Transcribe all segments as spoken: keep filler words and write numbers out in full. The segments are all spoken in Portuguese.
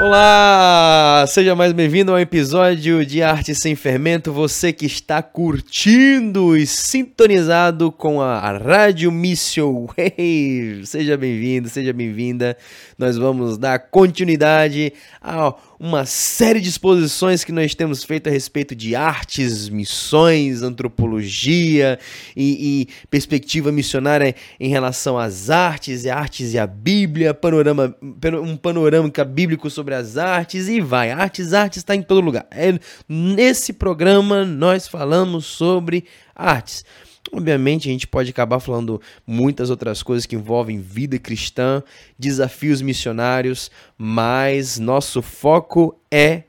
Olá, seja mais bem-vindo ao episódio de Arte Sem Fermento. Você que está curtindo e sintonizado com a Rádio Mission Wave. Seja bem-vindo, seja bem-vinda. Nós vamos dar continuidade a uma série de exposições que nós temos feito a respeito de artes, missões, antropologia e, e perspectiva missionária em relação às artes, e artes e a Bíblia, panorama, um panorâmica bíblico sobre as artes e vai. Artes, artes está em todo lugar. É, nesse programa nós falamos sobre artes. Obviamente a gente pode acabar falando muitas outras coisas que envolvem vida cristã, desafios missionários, mas nosso foco é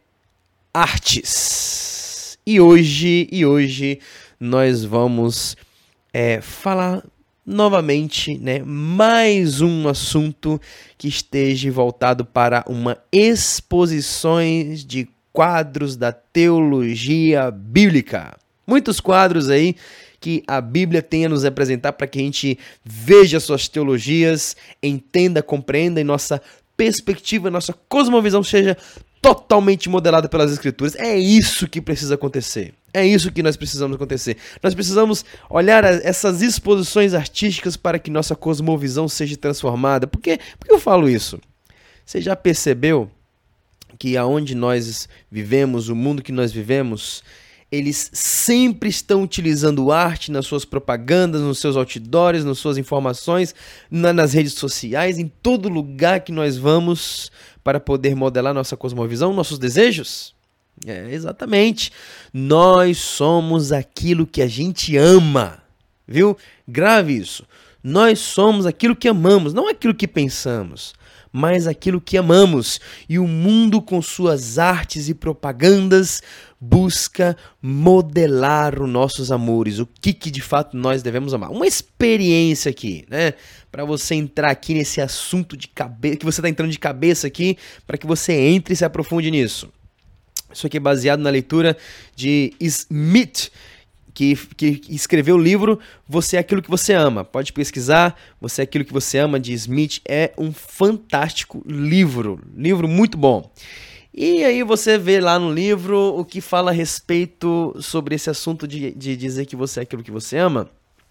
artes. E hoje, e hoje nós vamos é, falar novamente, né, mais um assunto que esteja voltado para uma exposições de quadros da teologia bíblica. Muitos quadros aí que a Bíblia tem a nos apresentar para que a gente veja suas teologias, entenda, compreenda e nossa perspectiva, nossa cosmovisão seja totalmente modelada pelas Escrituras. É isso que precisa acontecer. É isso que nós precisamos acontecer. Nós precisamos olhar essas exposições artísticas para que nossa cosmovisão seja transformada. Por que, por que eu falo isso? Você já percebeu que aonde nós vivemos, o mundo que nós vivemos, eles sempre estão utilizando arte nas suas propagandas, nos seus outdoors, nas suas informações, na, nas redes sociais, em todo lugar que nós vamos para poder modelar nossa cosmovisão, nossos desejos? É, exatamente. Nós somos aquilo que a gente ama, viu? Grave isso. Nós somos aquilo que amamos, não aquilo que pensamos, mas aquilo que amamos. E o mundo, com suas artes e propagandas, busca modelar os nossos amores, o que, que de fato nós devemos amar. Uma experiência aqui, né? Para você entrar aqui nesse assunto de cabeça, que você está entrando de cabeça aqui, para que você entre e se aprofunde nisso. Isso aqui é baseado na leitura de Smith, Que, que escreveu o livro Você é Aquilo que Você Ama. Pode pesquisar, Você é Aquilo que Você Ama, de Smith. É um fantástico livro, livro muito bom. E aí você vê lá no livro o que fala a respeito sobre esse assunto de, de dizer que você é aquilo que você ama.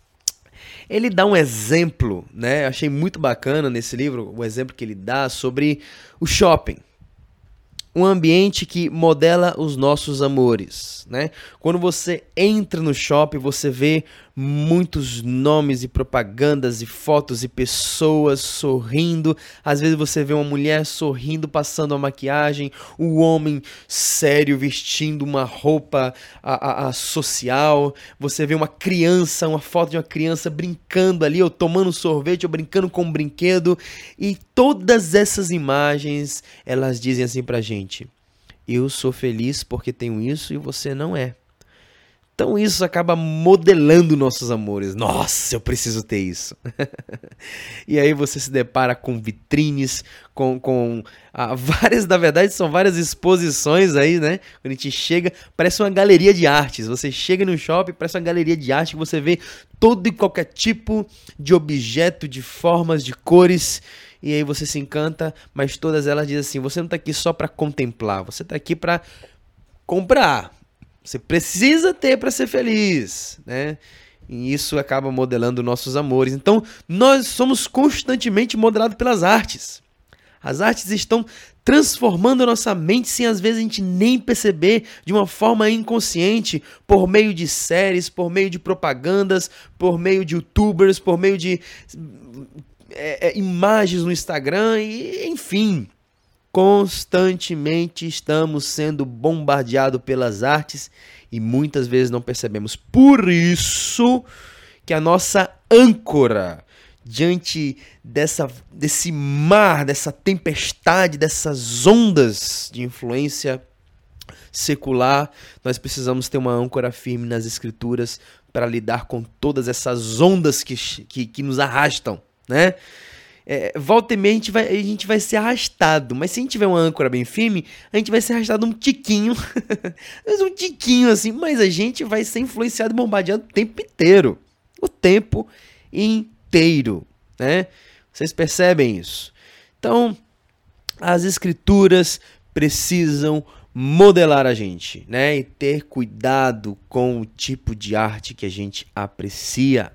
Ele dá um exemplo, né? Eu achei muito bacana nesse livro o exemplo que ele dá sobre o shopping. Um ambiente que modela os nossos amores, né? Quando você entra no shopping, você vê muitos nomes e propagandas e fotos e pessoas sorrindo. Às vezes você vê uma mulher sorrindo, passando a maquiagem, o homem sério vestindo uma roupa a, a, a social. Você vê uma criança, uma foto de uma criança brincando ali, ou tomando sorvete, ou brincando com um brinquedo. E todas essas imagens, elas dizem assim pra gente: eu sou feliz porque tenho isso e você não é. Então isso acaba modelando nossos amores. Nossa, eu preciso ter isso. E aí você se depara com vitrines, com, com ah, várias, na verdade são várias exposições aí, né? Quando a gente chega, parece uma galeria de artes. Você chega no shopping, parece uma galeria de arte que você vê todo e qualquer tipo de objeto, de formas, de cores. E aí você se encanta, mas todas elas dizem assim: você não está aqui só para contemplar, você está aqui para comprar. Você precisa ter para ser feliz, né? E isso acaba modelando nossos amores. Então, nós somos constantemente modelados pelas artes. As artes estão transformando a nossa mente sem às vezes a gente nem perceber, de uma forma inconsciente, por meio de séries, por meio de propagandas, por meio de youtubers, por meio de é, é, imagens no Instagram, e enfim. Constantemente estamos sendo bombardeados pelas artes e muitas vezes não percebemos. Por isso que a nossa âncora diante dessa, desse mar, dessa tempestade, dessas ondas de influência secular, nós precisamos ter uma âncora firme nas Escrituras para lidar com todas essas ondas que, que, que nos arrastam, né? É, volta e meia a gente, vai, a gente vai ser arrastado, mas se a gente tiver uma âncora bem firme, a gente vai ser arrastado um tiquinho, um tiquinho assim, mas a gente vai ser influenciado e bombardeado o tempo inteiro, o tempo inteiro, né? Vocês percebem isso? Então, as Escrituras precisam modelar a gente, né? E ter cuidado com o tipo de arte que a gente aprecia.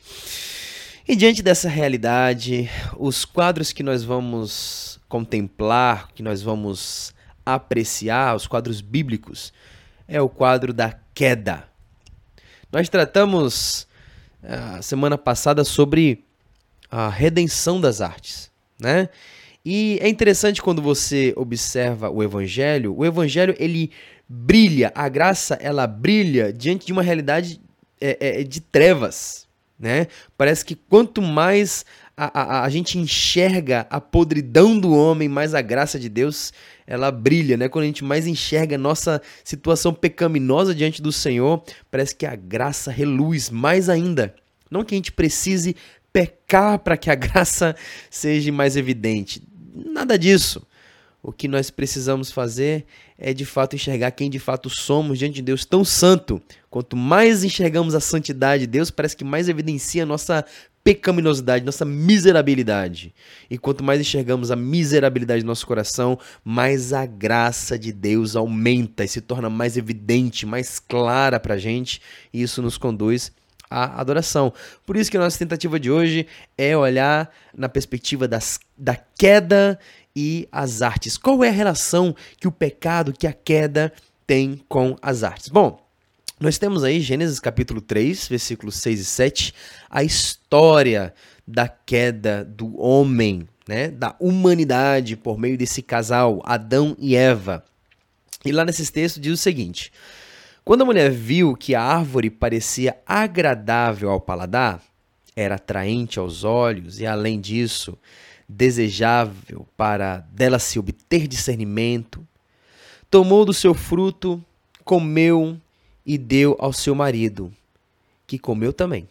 E diante dessa realidade, os quadros que nós vamos contemplar, que nós vamos apreciar, os quadros bíblicos, é o quadro da queda. Nós tratamos a semana passada sobre a redenção das artes, né? E é interessante quando você observa o Evangelho, o Evangelho ele brilha, a graça ela brilha diante de uma realidade é, é, de trevas, né? Parece que quanto mais a, a, a gente enxerga a podridão do homem, mais a graça de Deus ela brilha, né? Quando a gente mais enxerga a nossa situação pecaminosa diante do Senhor, parece que a graça reluz mais ainda. Não que a gente precise pecar para que a graça seja mais evidente. Nada disso. O que nós precisamos fazer é de fato enxergar quem de fato somos diante de Deus tão santo. Quanto mais enxergamos a santidade de Deus, parece que mais evidencia a nossa pecaminosidade, nossa miserabilidade. E quanto mais enxergamos a miserabilidade do nosso coração, mais a graça de Deus aumenta e se torna mais evidente, mais clara para a gente. E isso nos conduz à adoração. Por isso que a nossa tentativa de hoje é olhar na perspectiva das, da queda e as artes. Qual é a relação que o pecado, que a queda tem com as artes? Bom, nós temos aí Gênesis capítulo três, versículos seis e sete, a história da queda do homem, né, da humanidade por meio desse casal, Adão e Eva. E lá nesses textos diz o seguinte: quando a mulher viu que a árvore parecia agradável ao paladar, era atraente aos olhos e, além disso, desejável para dela se obter discernimento, tomou do seu fruto, comeu e deu ao seu marido, que comeu também.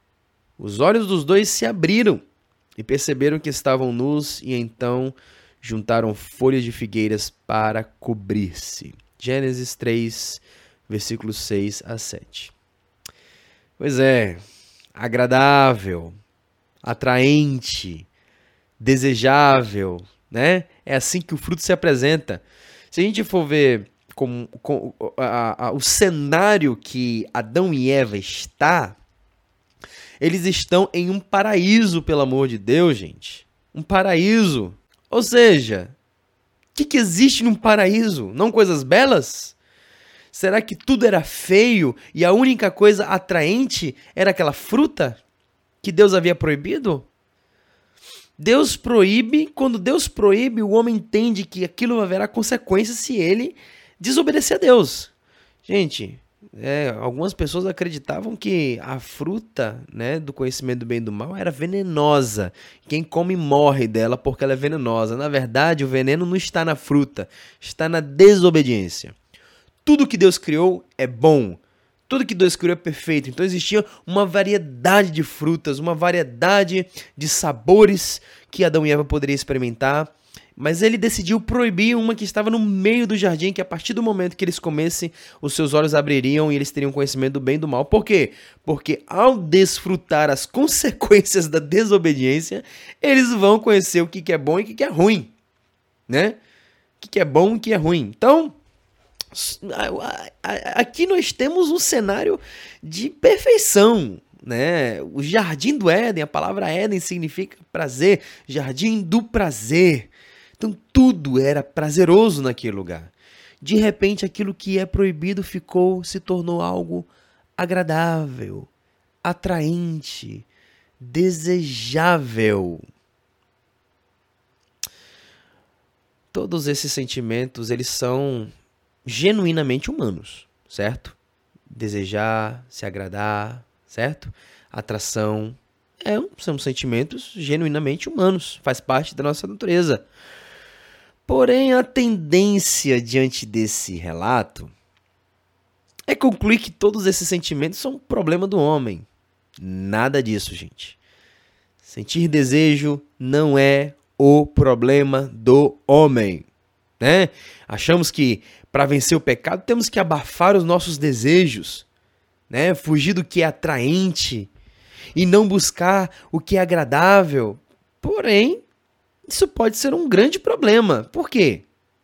Os olhos dos dois se abriram e perceberam que estavam nus e então juntaram folhas de figueiras para cobrir-se. Gênesis três, versículos seis a sete. Pois é, agradável, atraente, desejável, né? É assim que o fruto se apresenta. Se a gente for ver com, com, a, a, o cenário que Adão e Eva está, eles estão em um paraíso, pelo amor de Deus, gente. Um paraíso. Ou seja, o que, que existe num paraíso? Não coisas belas? Será que tudo era feio e a única coisa atraente era aquela fruta que Deus havia proibido? Deus proíbe, quando Deus proíbe, o homem entende que aquilo haverá consequências se ele desobedecer a Deus. Gente, é, algumas pessoas acreditavam que a fruta, né, do conhecimento do bem e do mal era venenosa. Quem come morre dela porque ela é venenosa. Na verdade, o veneno não está na fruta, está na desobediência. Tudo que Deus criou é bom. Tudo que Deus criou é perfeito. Então existia uma variedade de frutas, uma variedade de sabores que Adão e Eva poderiam experimentar. Mas ele decidiu proibir uma que estava no meio do jardim, que a partir do momento que eles comessem, os seus olhos abririam e eles teriam conhecimento do bem e do mal. Por quê? Porque ao desfrutar as consequências da desobediência, eles vão conhecer o que é bom e o que é ruim, né? O que é bom e o que é ruim. Então, aqui nós temos um cenário de perfeição, né? O jardim do Éden, a palavra Éden significa prazer, jardim do prazer. Então tudo era prazeroso naquele lugar. De repente aquilo que é proibido ficou, se tornou algo agradável, atraente, desejável. Todos esses sentimentos, eles são genuinamente humanos, certo? Desejar, se agradar, certo? Atração, é, são sentimentos genuinamente humanos, faz parte da nossa natureza. Porém, a tendência diante desse relato é concluir que todos esses sentimentos são um problema do homem. Nada disso, gente. Sentir desejo não é o problema do homem, né? Achamos que para vencer o pecado temos que abafar os nossos desejos, né? Fugir do que é atraente e não buscar o que é agradável. Porém, isso pode ser um grande problema. Por quê?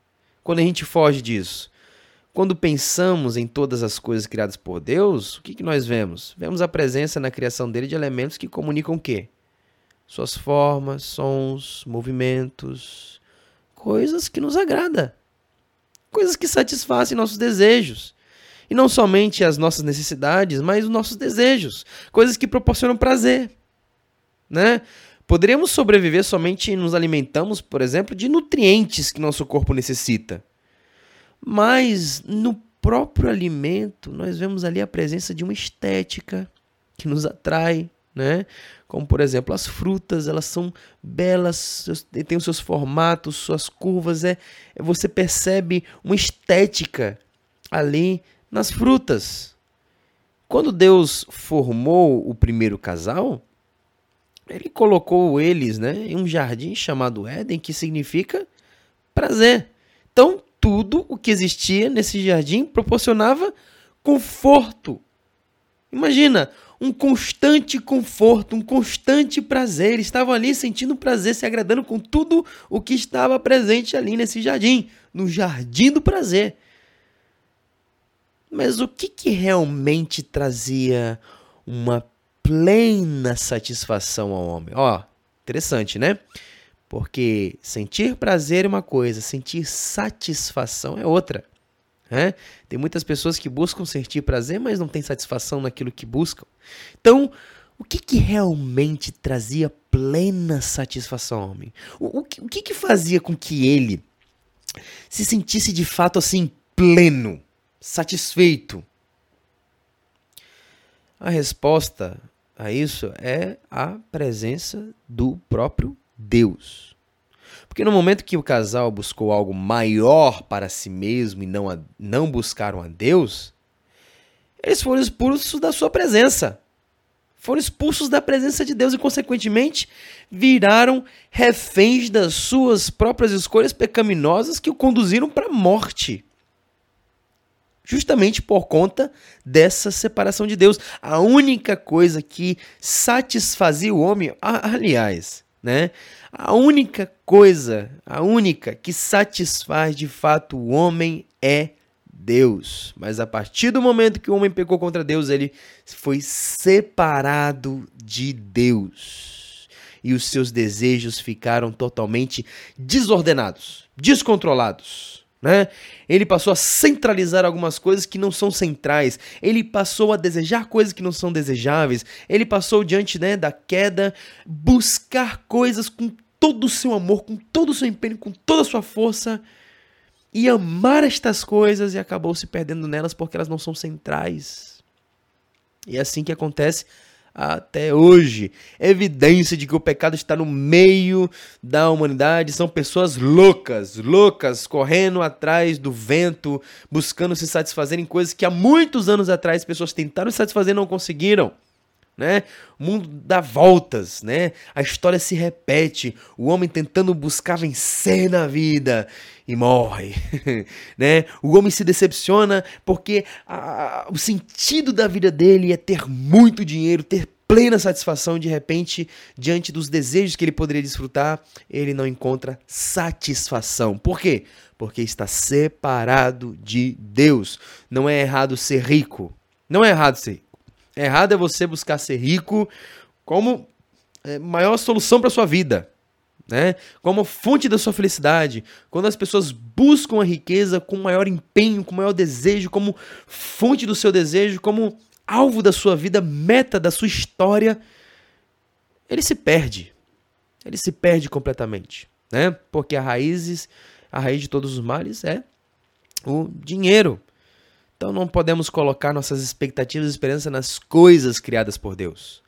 quando a gente foge disso? Quando pensamos em todas as coisas criadas por Deus, o que, que nós vemos? Vemos a presença na criação dele de elementos que comunicam o quê? Suas formas, sons, movimentos, coisas que nos agradam, coisas que satisfazem nossos desejos. E não somente as nossas necessidades, mas os nossos desejos, coisas que proporcionam prazer, né? Poderíamos sobreviver somente nos alimentamos, por exemplo, de nutrientes que nosso corpo necessita. Mas no próprio alimento, nós vemos ali a presença de uma estética que nos atrai, né? Como, por exemplo, as frutas, elas são belas, têm os seus formatos, suas curvas, é, você percebe uma estética ali nas frutas. Quando Deus formou o primeiro casal, ele colocou eles, né, em um jardim chamado Éden, que significa prazer. Então, tudo o que existia nesse jardim proporcionava conforto. Imagina, um constante conforto, um constante prazer. Eles estavam ali sentindo prazer, se agradando com tudo o que estava presente ali nesse jardim, no jardim do prazer. Mas o que, que realmente trazia uma plena satisfação ao homem? Ó, interessante, né? Porque sentir prazer é uma coisa, sentir satisfação é outra. Né? Tem muitas pessoas que buscam sentir prazer, mas não têm satisfação naquilo que buscam. Então, o que, que realmente trazia plena satisfação ao homem? O, o, que, o que, que fazia com que ele se sentisse de fato assim pleno, satisfeito? A resposta a isso é a presença do próprio Deus. Porque no momento que o casal buscou algo maior para si mesmo e não, a, não buscaram a Deus, eles foram expulsos da sua presença. Foram expulsos da presença de Deus e, consequentemente, viraram reféns das suas próprias escolhas pecaminosas que o conduziram para a morte. Justamente por conta dessa separação de Deus. A única coisa que satisfazia o homem, aliás, né? A única coisa, a única que satisfaz de fato o homem é Deus. Mas a partir do momento que o homem pecou contra Deus, ele foi separado de Deus. E os seus desejos ficaram totalmente desordenados, descontrolados. Né? Ele passou a centralizar algumas coisas que não são centrais. Ele passou a desejar coisas que não são desejáveis. Ele passou diante, né, da queda, buscar coisas com todo o seu amor, com todo o seu empenho, com toda a sua força, e amar estas coisas, e acabou se perdendo nelas porque elas não são centrais. E é assim que acontece até hoje. Evidência de que o pecado está no meio da humanidade. São pessoas loucas, loucas, correndo atrás do vento, buscando se satisfazer em coisas que há muitos anos atrás pessoas tentaram se satisfazer e não conseguiram. Né? O mundo dá voltas, né? A história se repete, o homem tentando buscar vencer na vida e morre. Né? O homem se decepciona porque a, o sentido da vida dele é ter muito dinheiro, ter plena satisfação. De repente, diante dos desejos que ele poderia desfrutar, ele não encontra satisfação. Por quê? Porque está separado de Deus. Não é errado ser rico, não é errado ser rico. Errado é você buscar ser rico como é, maior solução para a sua vida, né? Como fonte da sua felicidade. Quando as pessoas buscam a riqueza com maior empenho, com maior desejo, como fonte do seu desejo, como alvo da sua vida, meta da sua história, ele se perde. Ele se perde completamente, né? Porque a raiz, a raiz de todos os males é o dinheiro. Então não podemos colocar nossas expectativas e esperança nas coisas criadas por Deus.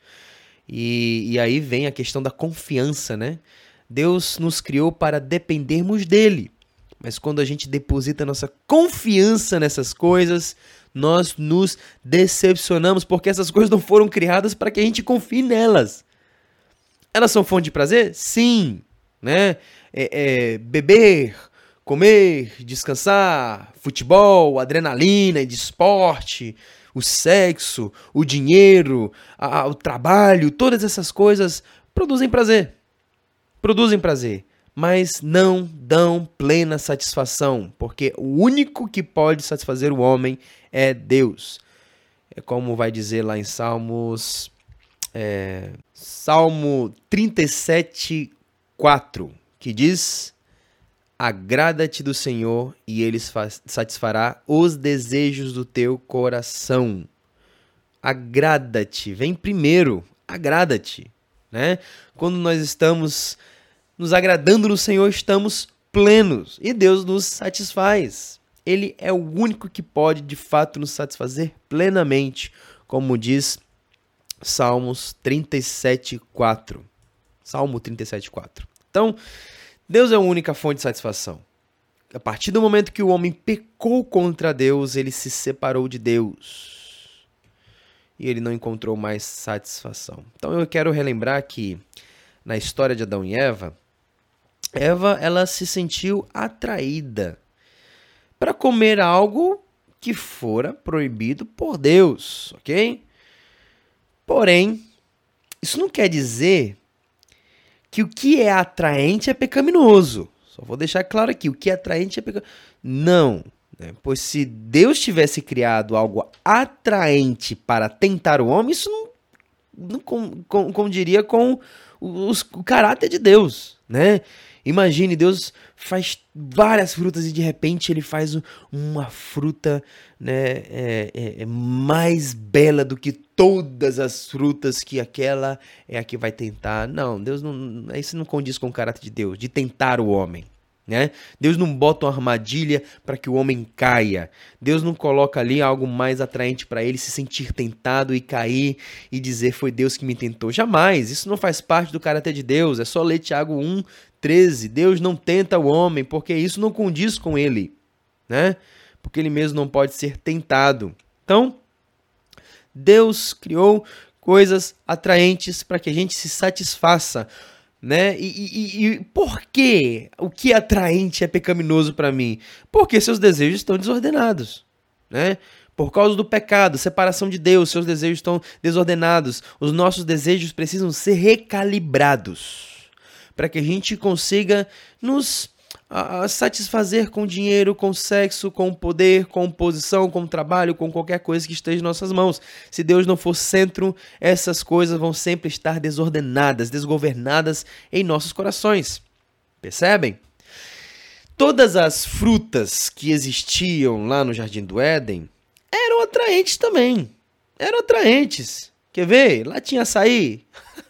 E, e aí vem a questão da confiança, né? Deus nos criou para dependermos dele. Mas quando a gente deposita nossa confiança nessas coisas, nós nos decepcionamos, porque essas coisas não foram criadas para que a gente confie nelas. Elas são fonte de prazer? Sim. Né? É, é, beber, comer, descansar, futebol, adrenalina de esporte, o sexo, o dinheiro, a, o trabalho, todas essas coisas produzem prazer. Produzem prazer. mas não dão plena satisfação, porque o único que pode satisfazer o homem é Deus. É como vai dizer lá em Salmos, é, Salmo trinta e sete, quatro, que diz: agrada-te do Senhor e Ele satisfará os desejos do teu coração. Agrada-te, vem primeiro, agrada-te, né? Quando nós estamos nos agradando no Senhor, estamos plenos e Deus nos satisfaz. Ele é o único que pode, de fato, nos satisfazer plenamente, como diz Salmos trinta e sete, quatro. Salmo trinta e sete, quatro. Então, Deus é a única fonte de satisfação. A partir do momento que o homem pecou contra Deus, ele se separou de Deus. E ele não encontrou mais satisfação. Então eu quero relembrar que, na história de Adão e Eva, Eva ela se sentiu atraída para comer algo que fora proibido por Deus, ok? Porém, isso não quer dizer que o que é atraente é pecaminoso. Só vou deixar claro aqui, o que é atraente é pecaminoso. Não, né? Pois se Deus tivesse criado algo atraente para tentar o homem, isso não, não com, com, condiria com os, o caráter de Deus, né? Imagine, Deus faz várias frutas e de repente ele faz uma fruta, né, é, é, é mais bela do que todas as frutas, que aquela é a que vai tentar. Não, Deus não, isso não condiz com o caráter de Deus, de tentar o homem, né? Deus não bota uma armadilha para que o homem caia. Deus não coloca ali algo mais atraente para ele se sentir tentado e cair e dizer foi Deus que me tentou. Jamais, isso não faz parte do caráter de Deus. É só ler Tiago um, treze. Deus não tenta o homem porque isso não condiz com ele, né? Porque ele mesmo não pode ser tentado. Então, Deus criou coisas atraentes para que a gente se satisfaça, né? E, e, e por que o que é atraente é pecaminoso para mim? Porque seus desejos estão desordenados, né? Por causa do pecado, separação de Deus, seus desejos estão desordenados. Os nossos desejos precisam ser recalibrados para que a gente consiga nos a, a satisfazer com dinheiro, com sexo, com poder, com posição, com trabalho, com qualquer coisa que esteja em nossas mãos. Se Deus não for centro, essas coisas vão sempre estar desordenadas, desgovernadas em nossos corações. Percebem? Todas as frutas que existiam lá no Jardim do Éden eram atraentes também. Eram atraentes. Quer ver? Lá tinha açaí.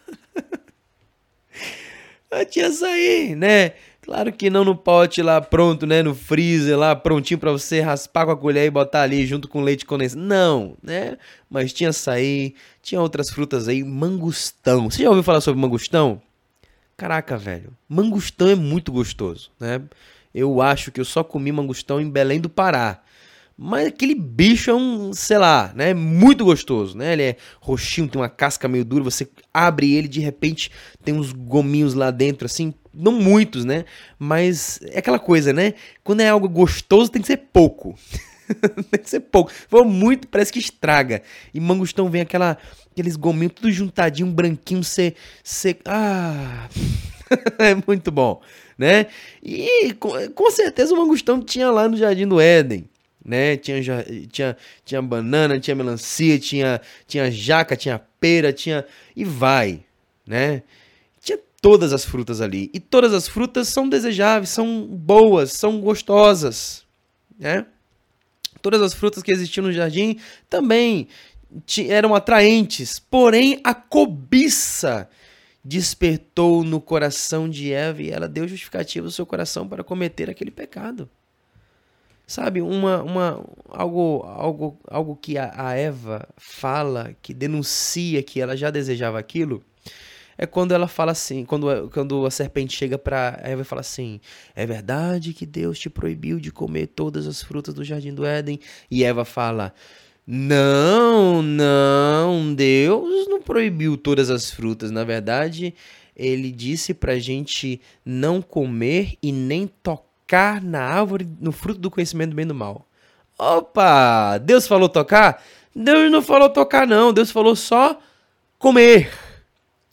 Lá tinha açaí, né? Claro que não no pote lá pronto, né? No freezer lá prontinho pra você raspar com a colher e botar ali junto com leite condensado. Não, né? Mas tinha açaí, tinha outras frutas aí. Mangostão. Você já ouviu falar sobre mangostão? Caraca, velho. Mangostão é muito gostoso, né? Eu acho que eu só comi mangostão em Belém do Pará. Mas aquele bicho é um, sei lá, né? Muito gostoso, né? Ele é roxinho, tem uma casca meio dura, você abre ele, de repente tem uns gominhos lá dentro, assim, não muitos, né? Mas é aquela coisa, né? Quando é algo gostoso, tem que ser pouco. Tem que ser pouco. Se for muito, parece que estraga. E mangostão vem aquela, aqueles gominhos tudo juntadinho, branquinho, você... você ah... É muito bom, né? E com, com certeza o mangostão tinha lá no Jardim do Éden. Né? Tinha, tinha, tinha banana, tinha melancia, tinha, tinha jaca, tinha pera, tinha... E vai, né? Tinha todas as frutas ali. E todas as frutas são desejáveis, são boas, são gostosas, né? Todas as frutas que existiam no jardim também eram atraentes. Porém, a cobiça despertou no coração de Eva e ela deu justificativa ao seu coração para cometer aquele pecado. Sabe, uma, uma, algo, algo, algo que a, a Eva fala, que denuncia que ela já desejava aquilo, é quando ela fala assim, quando, quando a serpente chega para Eva e fala assim, é verdade que Deus te proibiu de comer todas as frutas do Jardim do Éden? E Eva fala, não, não, Deus não proibiu todas as frutas, na verdade, ele disse pra gente não comer e nem tocar na árvore, no fruto do conhecimento do bem e do mal. Opa! Deus falou tocar? Deus não falou tocar não, Deus falou só comer.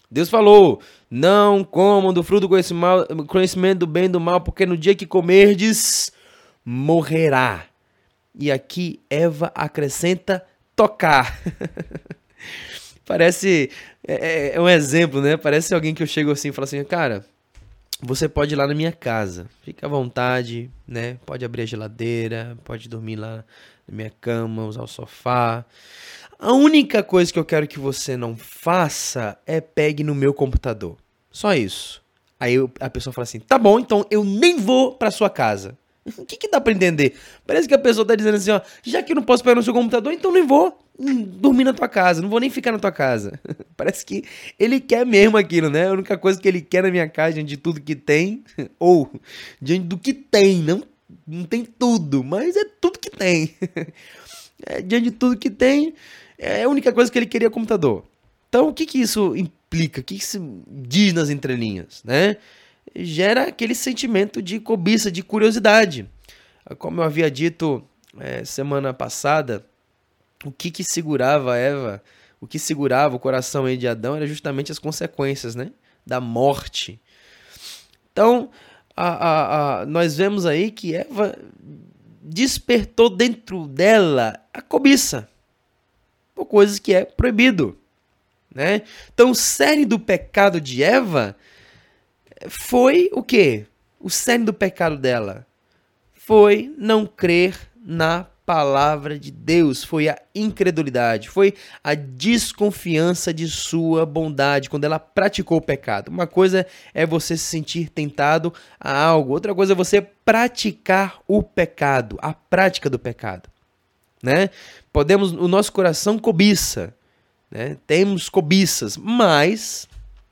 Deus falou, não comam do fruto do conhecimento do bem e do mal, porque no dia que comerdes, morrerá. E aqui Eva acrescenta tocar. Parece, é, é um exemplo, né? Parece alguém que eu chego assim e falo assim, cara, você pode ir lá na minha casa, fica à vontade, né? Pode abrir a geladeira, pode dormir lá na minha cama, usar o sofá. A única coisa que eu quero que você não faça é pegue no meu computador. Só isso. Aí eu, a pessoa fala assim, tá bom, então eu nem vou pra sua casa. O que que dá pra entender? Parece que a pessoa tá dizendo assim, ó, já que eu não posso pegar no seu computador, então nem vou dormir na tua casa, não vou nem ficar na tua casa. Parece que ele quer mesmo aquilo, né? A única coisa que ele quer na minha casa, diante de tudo que tem, ou diante do que tem, não, não tem tudo, mas é tudo que tem. É, diante de tudo que tem, é a única coisa que ele queria é computador. Então, o que que isso implica? O que que isso diz nas entrelinhas, né? Gera aquele sentimento de cobiça, de curiosidade. Como eu havia dito é, semana passada, o que que segurava Eva, o que segurava o coração aí de Adão era justamente as consequências, né, da morte. Então, a, a, a, nós vemos aí que Eva despertou dentro dela a cobiça por coisas que é proibido, né? Então, o cerne do pecado de Eva foi o quê? O cerne do pecado dela foi não crer na palavra de Deus, foi a incredulidade, foi a desconfiança de sua bondade quando ela praticou o pecado. Uma coisa é você se sentir tentado a algo, outra coisa é você praticar o pecado, a prática do pecado, né? Podemos, o nosso coração cobiça, né? Temos cobiças, mas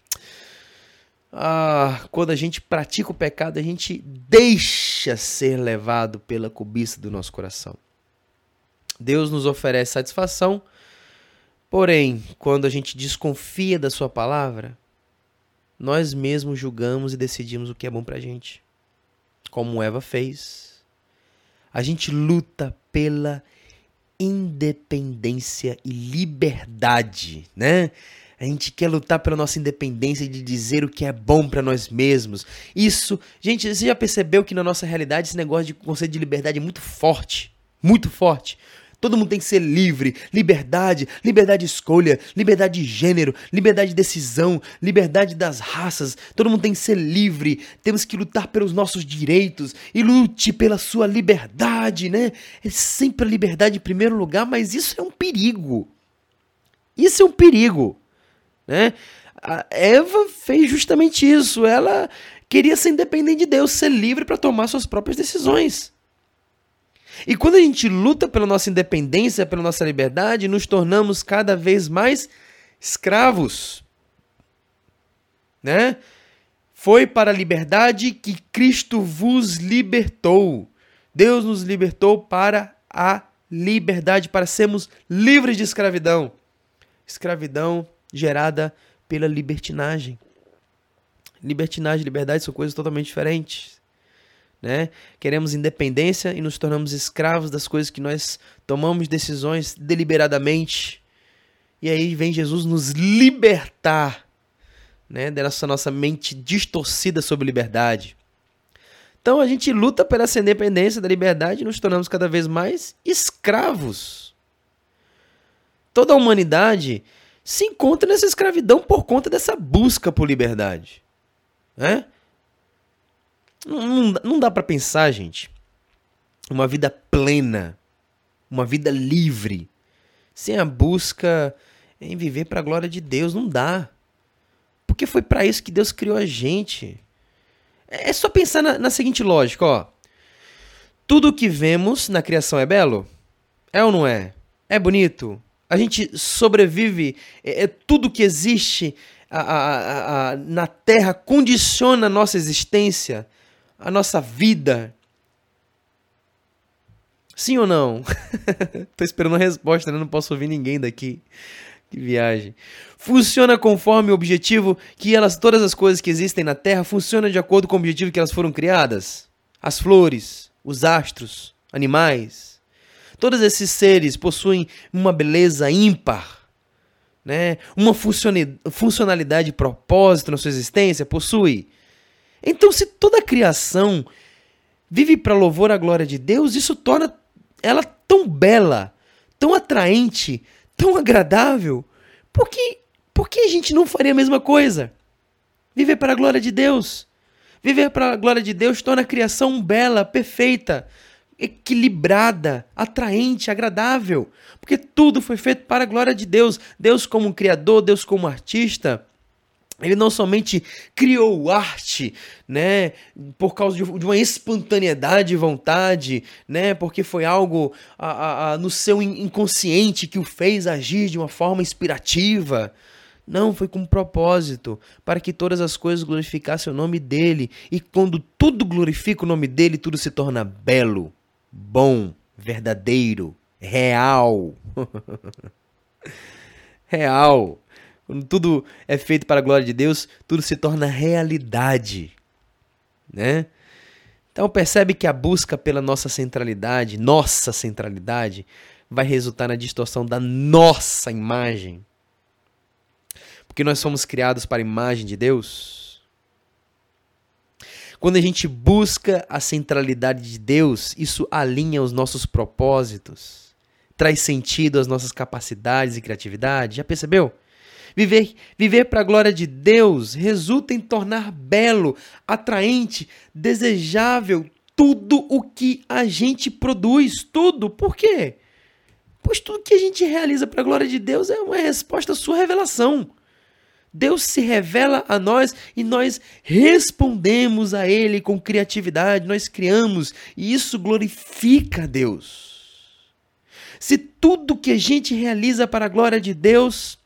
Ah, quando a gente pratica o pecado, a gente deixa ser levado pela cobiça do nosso coração. Deus nos oferece satisfação, porém, quando a gente desconfia da sua palavra, nós mesmos julgamos e decidimos o que é bom pra gente. Como Eva fez. A gente luta pela independência e liberdade, né? A gente quer lutar pela nossa independência de dizer o que é bom para nós mesmos. Isso, gente, você já percebeu que na nossa realidade esse negócio de conceito de liberdade é muito forte, muito forte. Todo mundo tem que ser livre, liberdade, liberdade de escolha, liberdade de gênero, liberdade de decisão, liberdade das raças. Todo mundo tem que ser livre, temos que lutar pelos nossos direitos e lute pela sua liberdade, né? É sempre a liberdade em primeiro lugar, mas isso é um perigo. Isso é um perigo. Né? A Eva fez justamente isso. Ela queria ser independente de Deus, ser livre para tomar suas próprias decisões. E quando a gente luta pela nossa independência, pela nossa liberdade, nos tornamos cada vez mais escravos. Né? Foi para a liberdade que Cristo vos libertou. Deus nos libertou para a liberdade, para sermos livres de escravidão. Escravidão gerada pela libertinagem. Libertinagem e liberdade são coisas totalmente diferentes, né? Queremos independência e nos tornamos escravos das coisas que nós tomamos decisões deliberadamente. E aí vem Jesus nos libertar, né, dessa nossa mente distorcida sobre liberdade. Então a gente luta pela essa independência da liberdade e nos tornamos cada vez mais escravos. Toda a humanidade se encontra nessa escravidão por conta dessa busca por liberdade. Né? Não, não, não dá para pensar, gente, uma vida plena, uma vida livre, sem a busca em viver para a glória de Deus. Não dá. Porque foi para isso que Deus criou a gente. É só pensar na, na seguinte lógica, ó. Tudo que vemos na criação é belo? É ou não é? É bonito? A gente sobrevive, é, é tudo que existe a, a, a, na Terra condiciona a nossa existência, a nossa vida. Sim ou não? Tô esperando a resposta, né? Não posso ouvir ninguém daqui. Que viagem. Funciona conforme o objetivo que elas, todas as coisas que existem na Terra funcionam de acordo com o objetivo que elas foram criadas? As flores, os astros, animais. Todos esses seres possuem uma beleza ímpar, né? Uma funcione- funcionalidade e propósito na sua existência? Possui. Então, se toda a criação vive para louvor à glória de Deus, isso torna ela tão bela, tão atraente, tão agradável. Por que, por que a gente não faria a mesma coisa? Viver para a glória de Deus. Viver para a glória de Deus torna a criação bela, perfeita, equilibrada, atraente, agradável. Porque tudo foi feito para a glória de Deus. Deus como criador, Deus como artista, ele não somente criou arte, né, por causa de uma espontaneidade de vontade, né, porque foi algo a, a, a, no seu inconsciente que o fez agir de uma forma inspirativa. Não, foi com um propósito, para que todas as coisas glorificassem o nome dele. E quando tudo glorifica o nome dele, tudo se torna belo, bom, verdadeiro, real. Real. Quando tudo é feito para a glória de Deus, tudo se torna realidade, né? Então percebe que a busca pela nossa centralidade, nossa centralidade, vai resultar na distorção da nossa imagem. Porque nós somos criados para a imagem de Deus. Quando a gente busca a centralidade de Deus, isso alinha os nossos propósitos, traz sentido às nossas capacidades e criatividade. Já percebeu? Viver, viver para a glória de Deus resulta em tornar belo, atraente, desejável tudo o que a gente produz. Tudo. Por quê? Pois tudo que a gente realiza para a glória de Deus é uma resposta à sua revelação. Deus se revela a nós e nós respondemos a Ele com criatividade, nós criamos e isso glorifica a Deus. Se tudo que a gente realiza para a glória de Deus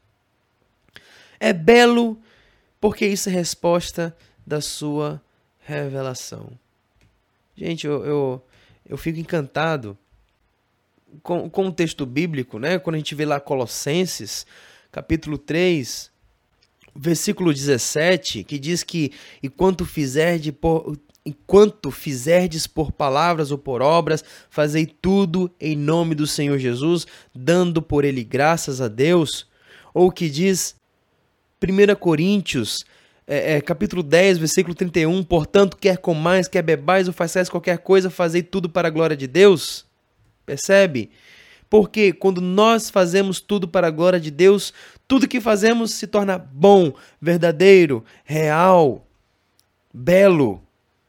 é belo, porque isso é resposta da sua revelação. Gente, eu, eu, eu fico encantado com, com o texto bíblico, né? Quando a gente vê lá Colossenses, capítulo três, versículo dezessete, que diz que enquanto fizerdes por, enquanto fizerdes por palavras ou por obras, fazei tudo em nome do Senhor Jesus, dando por ele graças a Deus. Ou que diz primeira Coríntios, é, é, capítulo dez, versículo trinta e um, portanto, quer comais, quer bebais ou façais qualquer coisa, fazei tudo para a glória de Deus. Percebe? Porque quando nós fazemos tudo para a glória de Deus, tudo que fazemos se torna bom, verdadeiro, real, belo.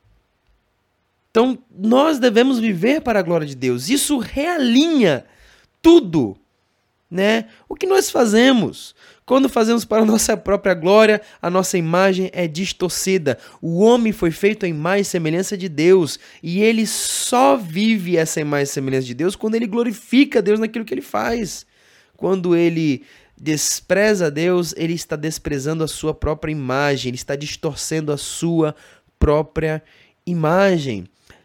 Então, nós devemos viver para a glória de Deus. Isso realinha tudo, né? O que nós fazemos? Quando fazemos para a nossa própria glória, a nossa imagem é distorcida. O homem foi feito à imagem e semelhança de Deus. E ele só vive essa imagem e semelhança de Deus quando ele glorifica Deus naquilo que ele faz. Quando ele despreza Deus, ele está desprezando a sua própria imagem. Ele está distorcendo a sua própria imagem.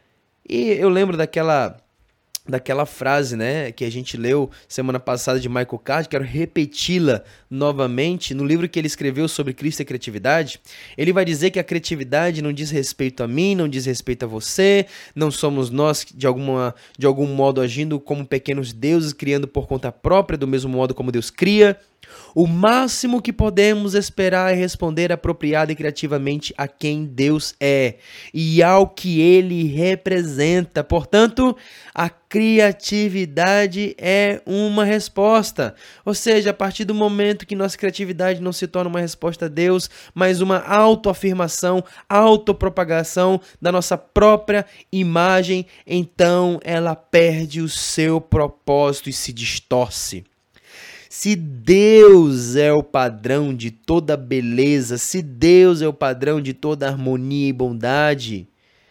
E eu lembro daquela... daquela frase, né, que a gente leu semana passada de Michael Card, quero repeti-la novamente no livro que ele escreveu sobre Cristo e criatividade. Ele vai dizer que a criatividade não diz respeito a mim, não diz respeito a você, não somos nós de, alguma, de algum modo agindo como pequenos deuses, criando por conta própria, do mesmo modo como Deus cria. O máximo que podemos esperar é responder apropriada e criativamente a quem Deus é e ao que Ele representa. Portanto, a criatividade é uma resposta. Ou seja, a partir do momento que nossa criatividade não se torna uma resposta a Deus, mas uma autoafirmação, autopropagação da nossa própria imagem, então ela perde o seu propósito e se distorce. Se Deus é o padrão de toda beleza, se Deus é o padrão de toda harmonia e bondade,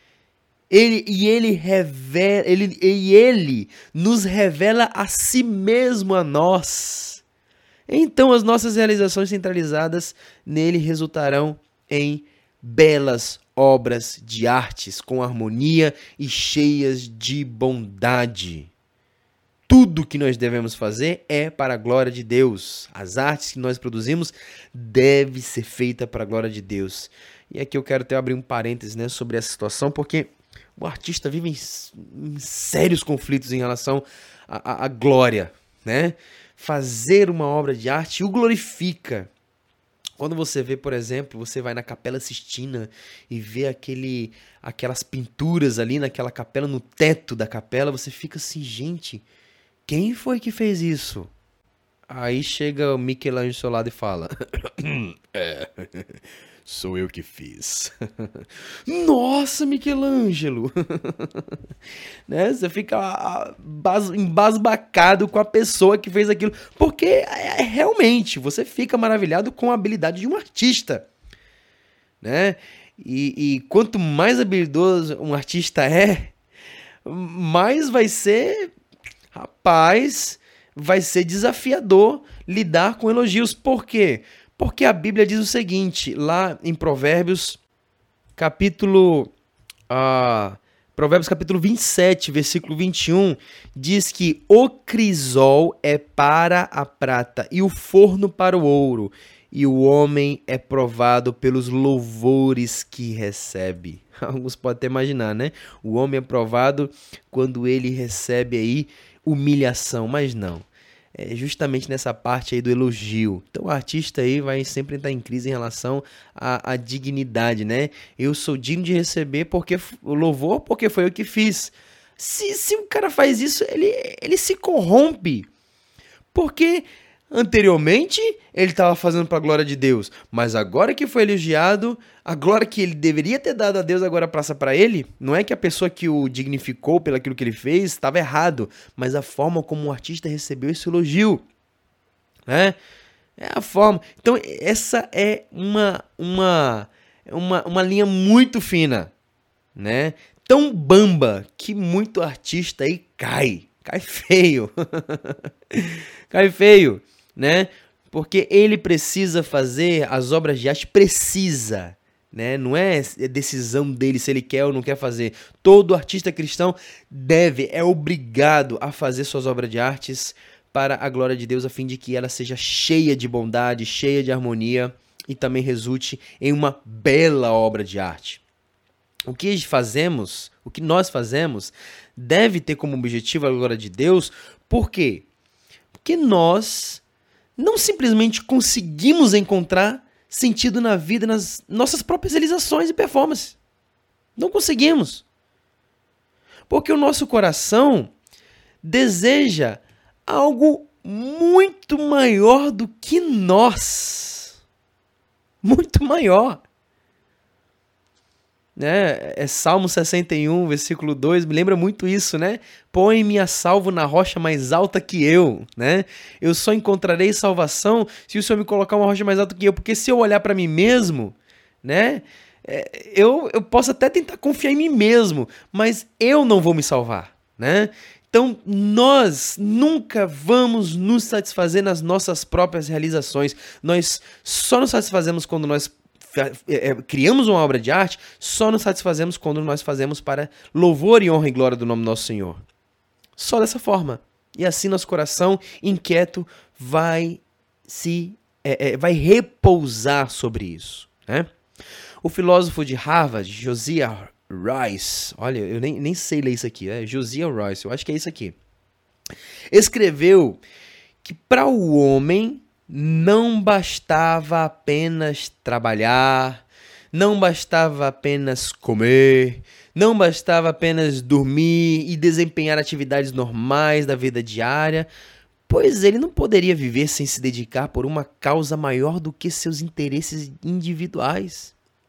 ele, e ele, revela, ele, e ele nos revela a si mesmo a nós, então as nossas realizações centralizadas nele resultarão em belas obras de artes com harmonia e cheias de bondade. Tudo que nós devemos fazer é para a glória de Deus. As artes que nós produzimos devem ser feitas para a glória de Deus. E aqui eu quero até abrir um parênteses, né, sobre essa situação, porque o artista vive em, em sérios conflitos em relação à, à, à glória, né? fazer uma obra de arte e o glorifica. Quando você vê, por exemplo, você vai na Capela Sistina e vê aquele, aquelas pinturas ali naquela capela, no teto da capela, você fica assim, gente, quem foi que fez isso? Aí chega o Michelangelo ao seu lado e fala, é, sou eu que fiz. Nossa, Michelangelo! Né? Você fica embasbacado com a pessoa que fez aquilo, porque é, realmente você fica maravilhado com a habilidade de um artista, né? E, e quanto mais habilidoso um artista é, mais vai ser, rapaz, vai ser desafiador lidar com elogios. Por quê? Porque a Bíblia diz o seguinte, lá em Provérbios, capítulo... Ah, Provérbios capítulo vinte e sete, versículo vinte e um, diz que o crisol é para a prata e o forno para o ouro, e o homem é provado pelos louvores que recebe. Alguns podem até imaginar, né? O homem é provado quando ele recebe aí humilhação, mas não. É justamente nessa parte aí do elogio. Então o artista aí vai sempre estar em crise em relação à, à dignidade, né? Eu sou digno de receber porque o louvor porque foi eu que fiz. Se, se o cara faz isso, ele, ele se corrompe. Porque anteriormente ele estava fazendo para a glória de Deus, mas agora que foi elogiado, a glória que ele deveria ter dado a Deus agora passa para ele. Não é que a pessoa que o dignificou pelo aquilo que ele fez estava errado, mas a forma como o artista recebeu esse elogio, né? É a forma. Então essa é uma uma uma, uma linha muito fina, né? Tão bamba que muito artista aí cai, cai feio, cai feio. Né? Porque ele precisa fazer as obras de arte, precisa, né? Não é decisão dele se ele quer ou não quer fazer. Todo artista cristão deve, é obrigado a fazer suas obras de artes para a glória de Deus, a fim de que ela seja cheia de bondade, cheia de harmonia e também resulte em uma bela obra de arte. O que fazemos, o que nós fazemos, deve ter como objetivo a glória de Deus. Por quê? Porque nós não simplesmente conseguimos encontrar sentido na vida, nas nossas próprias realizações e performances. Não conseguimos. Porque o nosso coração deseja algo muito maior do que nós. Muito maior. Né? É Salmo sessenta e um, versículo dois, me lembra muito isso, né? Põe-me a salvo na rocha mais alta que eu, né? Eu só encontrarei salvação se o Senhor me colocar uma rocha mais alta que eu, porque se eu olhar para mim mesmo, né? É, eu, eu posso até tentar confiar em mim mesmo, mas eu não vou me salvar, né? Então, nós nunca vamos nos satisfazer nas nossas próprias realizações. Nós só nos satisfazemos quando nós criamos uma obra de arte, só nos satisfazemos quando nós fazemos para louvor e honra e glória do nome do nosso Senhor. Só dessa forma. E assim nosso coração inquieto vai se é, é, vai repousar sobre isso, né? O filósofo de Harvard, Josiah Royce, olha, eu nem, nem sei ler isso aqui, é Josiah Royce, eu acho que é isso aqui, escreveu que para o homem não bastava apenas trabalhar, não bastava apenas comer, não bastava apenas dormir e desempenhar atividades normais da vida diária, pois ele não poderia viver sem se dedicar por uma causa maior do que seus interesses individuais.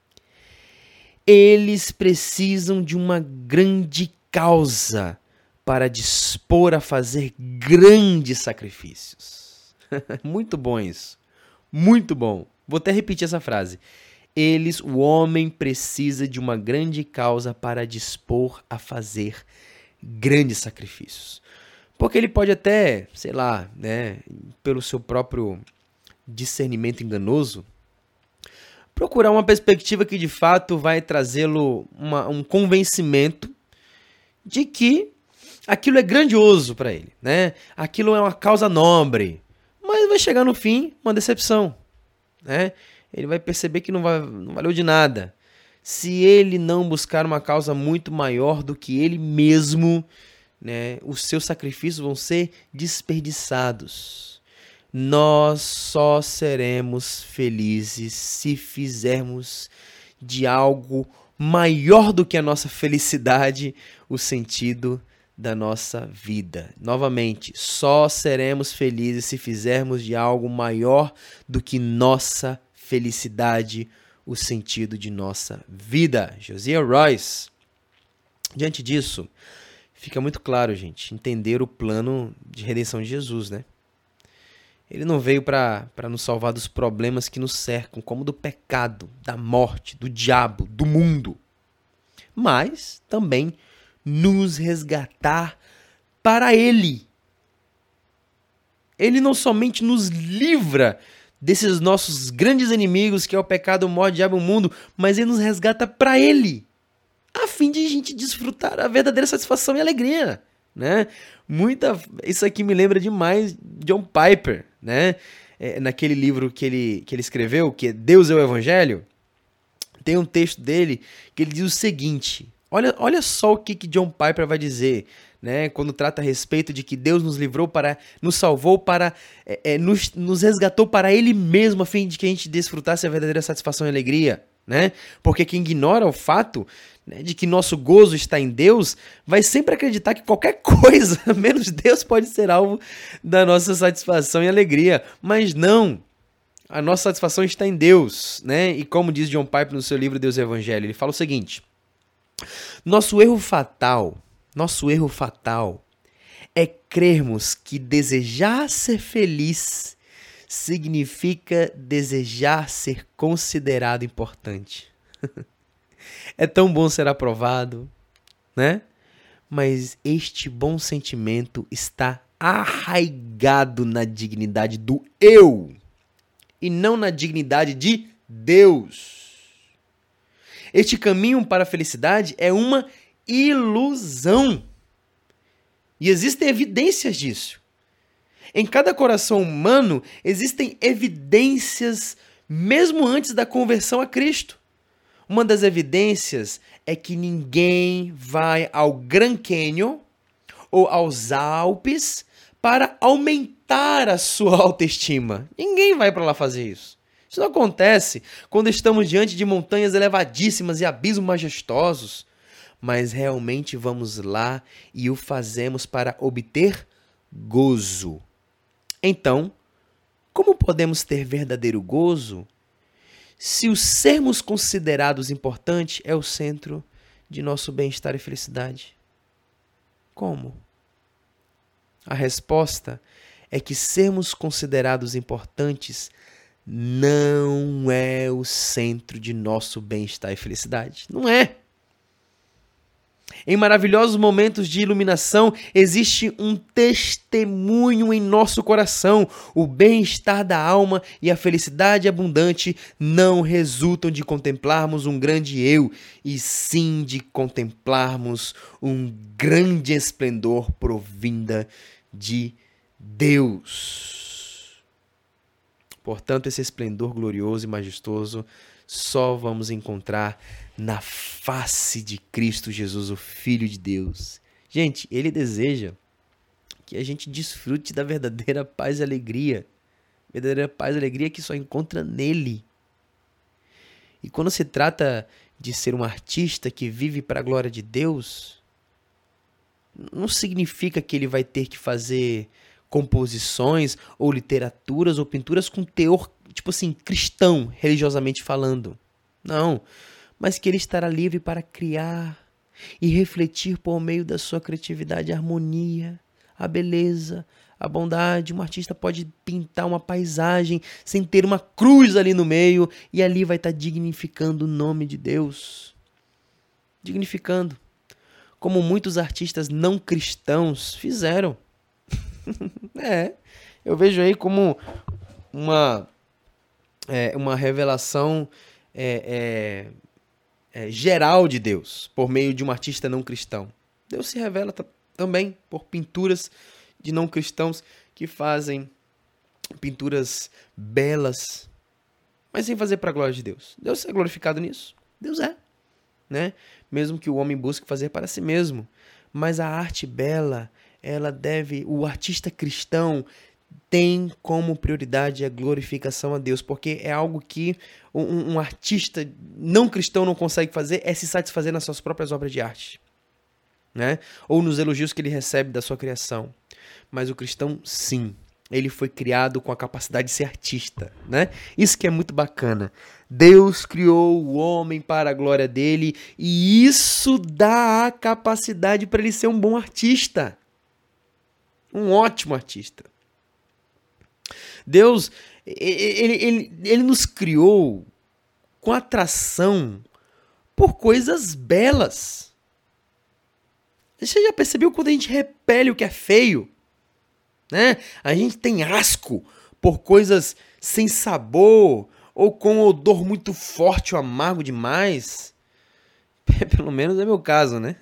Eles precisam de uma grande causa para dispor a fazer grandes sacrifícios. Muito bom isso. Muito bom. Vou até repetir essa frase. Eles, o homem precisa de uma grande causa para dispor a fazer grandes sacrifícios. Porque ele pode até, sei lá, né, pelo seu próprio discernimento enganoso, procurar uma perspectiva que de fato vai trazê-lo uma, um convencimento de que aquilo é grandioso para ele, né? Aquilo é uma causa nobre. Mas vai chegar no fim uma decepção, né? Ele vai perceber que não, vai, não valeu de nada. Se ele não buscar uma causa muito maior do que ele mesmo, né, os seus sacrifícios vão ser desperdiçados. Nós só seremos felizes se fizermos de algo maior do que a nossa felicidade o sentido da nossa vida. Novamente, só seremos felizes se fizermos de algo maior do que nossa felicidade o sentido de nossa vida. Josiah Royce. Diante disso, fica muito claro, gente, entender o plano de redenção de Jesus, né? Ele não veio para nos salvar dos problemas que nos cercam, como do pecado, da morte, do diabo, do mundo, mas também nos resgatar para Ele. Ele não somente nos livra desses nossos grandes inimigos, que é o pecado, a morte, o diabo e o mundo, mas Ele nos resgata para Ele, a fim de a gente desfrutar a verdadeira satisfação e alegria, né? Muita, isso aqui me lembra demais John Piper, né? É, naquele livro que ele, que ele escreveu, que é Deus é o Evangelho, tem um texto dele que ele diz o seguinte, olha, olha só o que, que John Piper vai dizer, né? Quando trata a respeito de que Deus nos livrou para, nos salvou para, é, é, nos, nos resgatou para Ele mesmo, a fim de que a gente desfrutasse a verdadeira satisfação e alegria, né? Porque quem ignora o fato, né, de que nosso gozo está em Deus, vai sempre acreditar que qualquer coisa, menos Deus, pode ser alvo da nossa satisfação e alegria. Mas não, a nossa satisfação está em Deus, né? E como diz John Piper no seu livro Deus é o Evangelho, ele fala o seguinte, nosso erro fatal, nosso erro fatal é crermos que desejar ser feliz significa desejar ser considerado importante. É tão bom ser aprovado, né? Mas este bom sentimento está arraigado na dignidade do eu e não na dignidade de Deus. Este caminho para a felicidade é uma ilusão. E existem evidências disso. Em cada coração humano existem evidências mesmo antes da conversão a Cristo. Uma das evidências é que ninguém vai ao Grand Canyon ou aos Alpes para aumentar a sua autoestima. Ninguém vai para lá fazer isso. Isso não acontece quando estamos diante de montanhas elevadíssimas e abismos majestosos, mas realmente vamos lá e o fazemos para obter gozo. Então, como podemos ter verdadeiro gozo se o sermos considerados importantes é o centro de nosso bem-estar e felicidade? Como? A resposta é que sermos considerados importantes não é o centro de nosso bem-estar e felicidade. Não é. Em maravilhosos momentos de iluminação, existe um testemunho em nosso coração. O bem-estar da alma e a felicidade abundante não resultam de contemplarmos um grande eu, e sim de contemplarmos um grande esplendor provinda de Deus. Portanto, esse esplendor glorioso e majestoso só vamos encontrar na face de Cristo Jesus, o Filho de Deus. Gente, Ele deseja que a gente desfrute da verdadeira paz e alegria. Verdadeira paz e alegria que só encontra nele. E quando se trata de ser um artista que vive para a glória de Deus, não significa que ele vai ter que fazer composições ou literaturas ou pinturas com teor, tipo assim, cristão, religiosamente falando. Não, mas que ele estará livre para criar e refletir por meio da sua criatividade a harmonia, a beleza, a bondade. Um artista pode pintar uma paisagem sem ter uma cruz ali no meio e ali vai estar dignificando o nome de Deus. Dignificando. Como muitos artistas não cristãos fizeram. É, eu vejo aí como uma, é, uma revelação é, é, é, geral de Deus, por meio de um artista não cristão. Deus se revela t- também por pinturas de não cristãos que fazem pinturas belas, mas sem fazer para a glória de Deus. Deus é glorificado nisso? Deus é, né? Mesmo que o homem busque fazer para si mesmo. Mas a arte bela, ela deve, o artista cristão tem como prioridade a glorificação a Deus, porque é algo que um, um artista não cristão não consegue fazer, é se satisfazer nas suas próprias obras de arte, né? Ou nos elogios que ele recebe da sua criação. Mas o cristão, sim, ele foi criado com a capacidade de ser artista, né? Isso que é muito bacana. Deus criou o homem para a glória dele e isso dá a capacidade para ele ser um bom artista. Um ótimo artista. Deus, ele, ele, ele nos criou com atração por coisas belas. Você já percebeu quando a gente repele o que é feio? Né? A gente tem asco por coisas sem sabor ou com odor muito forte ou amargo demais. Pelo menos é meu caso, né?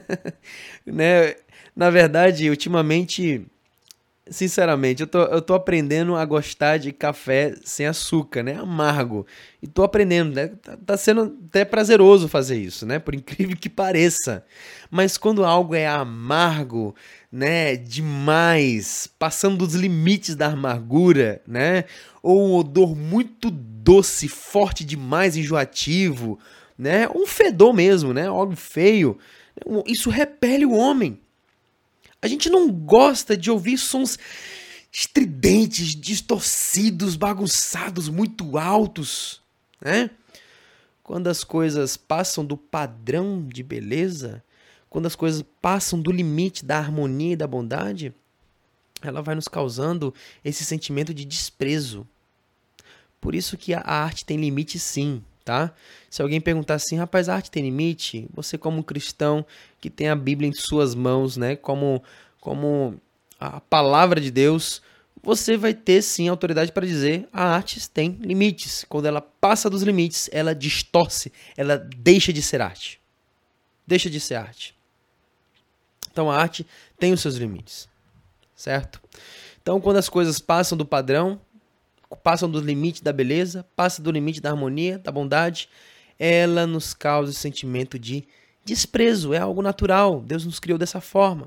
né? Na verdade, ultimamente, sinceramente, eu tô, eu tô aprendendo a gostar de café sem açúcar, né? Amargo. E tô aprendendo, né? Tá, tá sendo até prazeroso fazer isso, né? Por incrível que pareça. Mas quando algo é amargo, né? Demais, passando dos limites da amargura, né? Ou um odor muito doce, forte demais, enjoativo, né? Um fedor mesmo, né? Algo feio. Isso repele o homem. A gente não gosta de ouvir sons estridentes, distorcidos, bagunçados, muito altos, né? Quando as coisas passam do padrão de beleza, quando as coisas passam do limite da harmonia e da bondade, ela vai nos causando esse sentimento de desprezo. Por isso que a arte tem limite, sim, tá? Se alguém perguntar assim, rapaz, a arte tem limite? Você, como um cristão que tem a Bíblia em suas mãos, né? Como, como a palavra de Deus, você vai ter sim autoridade para dizer a arte tem limites. Quando ela passa dos limites, ela distorce, ela deixa de ser arte. Deixa de ser arte. Então a arte tem os seus limites, certo? Então quando as coisas passam do padrão, passam do limite da beleza, passam do limite da harmonia, da bondade, ela nos causa o sentimento de desprezo. É algo natural. Deus nos criou dessa forma.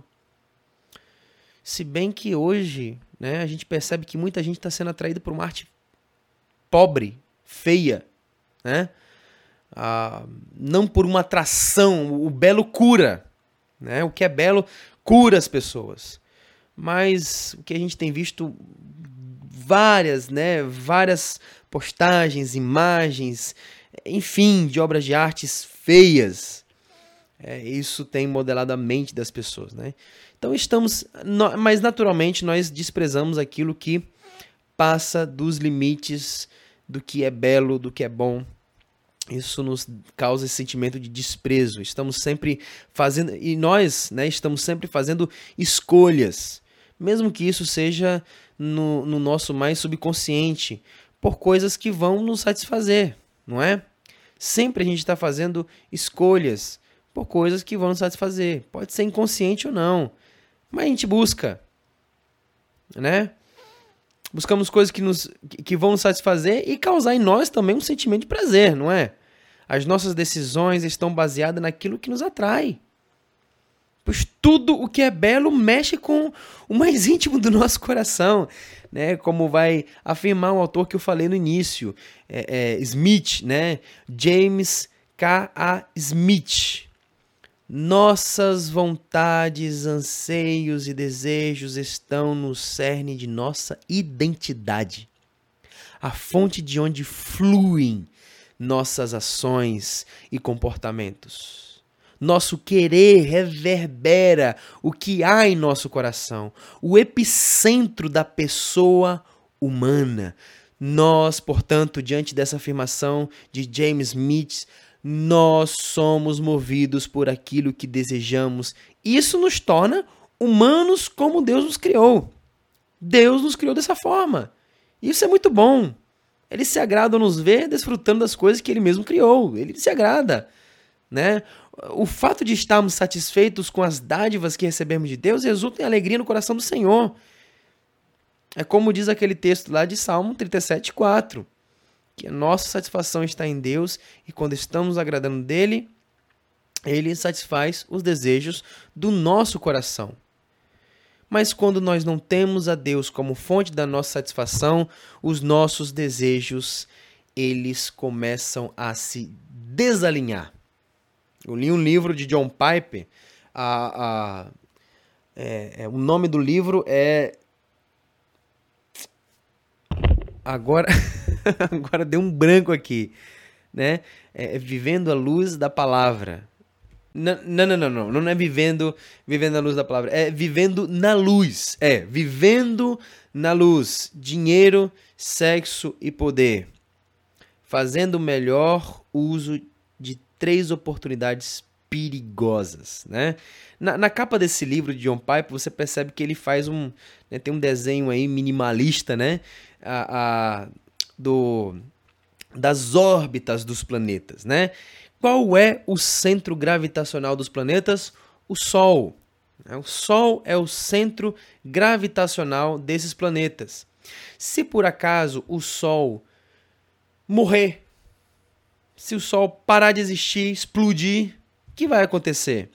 Se bem que hoje, né, a gente percebe que muita gente está sendo atraída por uma arte pobre, feia, né? Ah, não por uma atração. O belo cura, né? O que é belo cura as pessoas. Mas o que a gente tem visto várias, né, várias postagens, imagens, enfim, de obras de artes feias. É, isso tem modelado a mente das pessoas, né? Então estamos, no, mas naturalmente nós desprezamos aquilo que passa dos limites do que é belo, do que é bom. Isso nos causa esse sentimento de desprezo. Estamos sempre fazendo, e nós, né, estamos sempre fazendo escolhas, mesmo que isso seja no, no nosso mais subconsciente, por coisas que vão nos satisfazer, não é? Sempre a gente está fazendo escolhas por coisas que vão nos satisfazer. Pode ser inconsciente ou não, mas a gente busca, né? Buscamos coisas que, nos, que vão nos satisfazer e causar em nós também um sentimento de prazer, não é? As nossas decisões estão baseadas naquilo que nos atrai. Pois tudo o que é belo mexe com o mais íntimo do nosso coração, né? Como vai afirmar um autor que eu falei no início, é, é, Smith, né? James K A. Smith. Nossas vontades, anseios e desejos estão no cerne de nossa identidade, a fonte de onde fluem nossas ações e comportamentos. Nosso querer reverbera o que há em nosso coração, o epicentro da pessoa humana. Nós, portanto, diante dessa afirmação de James Smith, nós somos movidos por aquilo que desejamos. Isso nos torna humanos como Deus nos criou. Deus nos criou dessa forma. Isso é muito bom. Ele se agrada ao nos ver desfrutando das coisas que Ele mesmo criou. Ele se agrada, né? O fato de estarmos satisfeitos com as dádivas que recebemos de Deus resulta em alegria no coração do Senhor. É como diz aquele texto lá de Salmo trinta e sete, quatro. Que a nossa satisfação está em Deus e quando estamos agradando dele, Ele satisfaz os desejos do nosso coração. Mas quando nós não temos a Deus como fonte da nossa satisfação, os nossos desejos, eles começam a se desalinhar. Eu li um livro de John Piper, a, a, é, é, o nome do livro é... Agora, agora deu um branco aqui, né? É, Vivendo a Luz da Palavra. Não, não, não, não, não, não é vivendo, vivendo a luz da palavra, é vivendo na luz, é, vivendo na luz, dinheiro, sexo e poder, fazendo o melhor uso de três oportunidades perigosas, né? Na, na capa desse livro de John Piper, você percebe que ele faz um, né, tem um desenho aí minimalista, né, a, a, do, das órbitas dos planetas, né? Qual é o centro gravitacional dos planetas? O Sol. O Sol é o centro gravitacional desses planetas. Se por acaso o Sol morrer, se o Sol parar de existir, explodir, o que vai acontecer?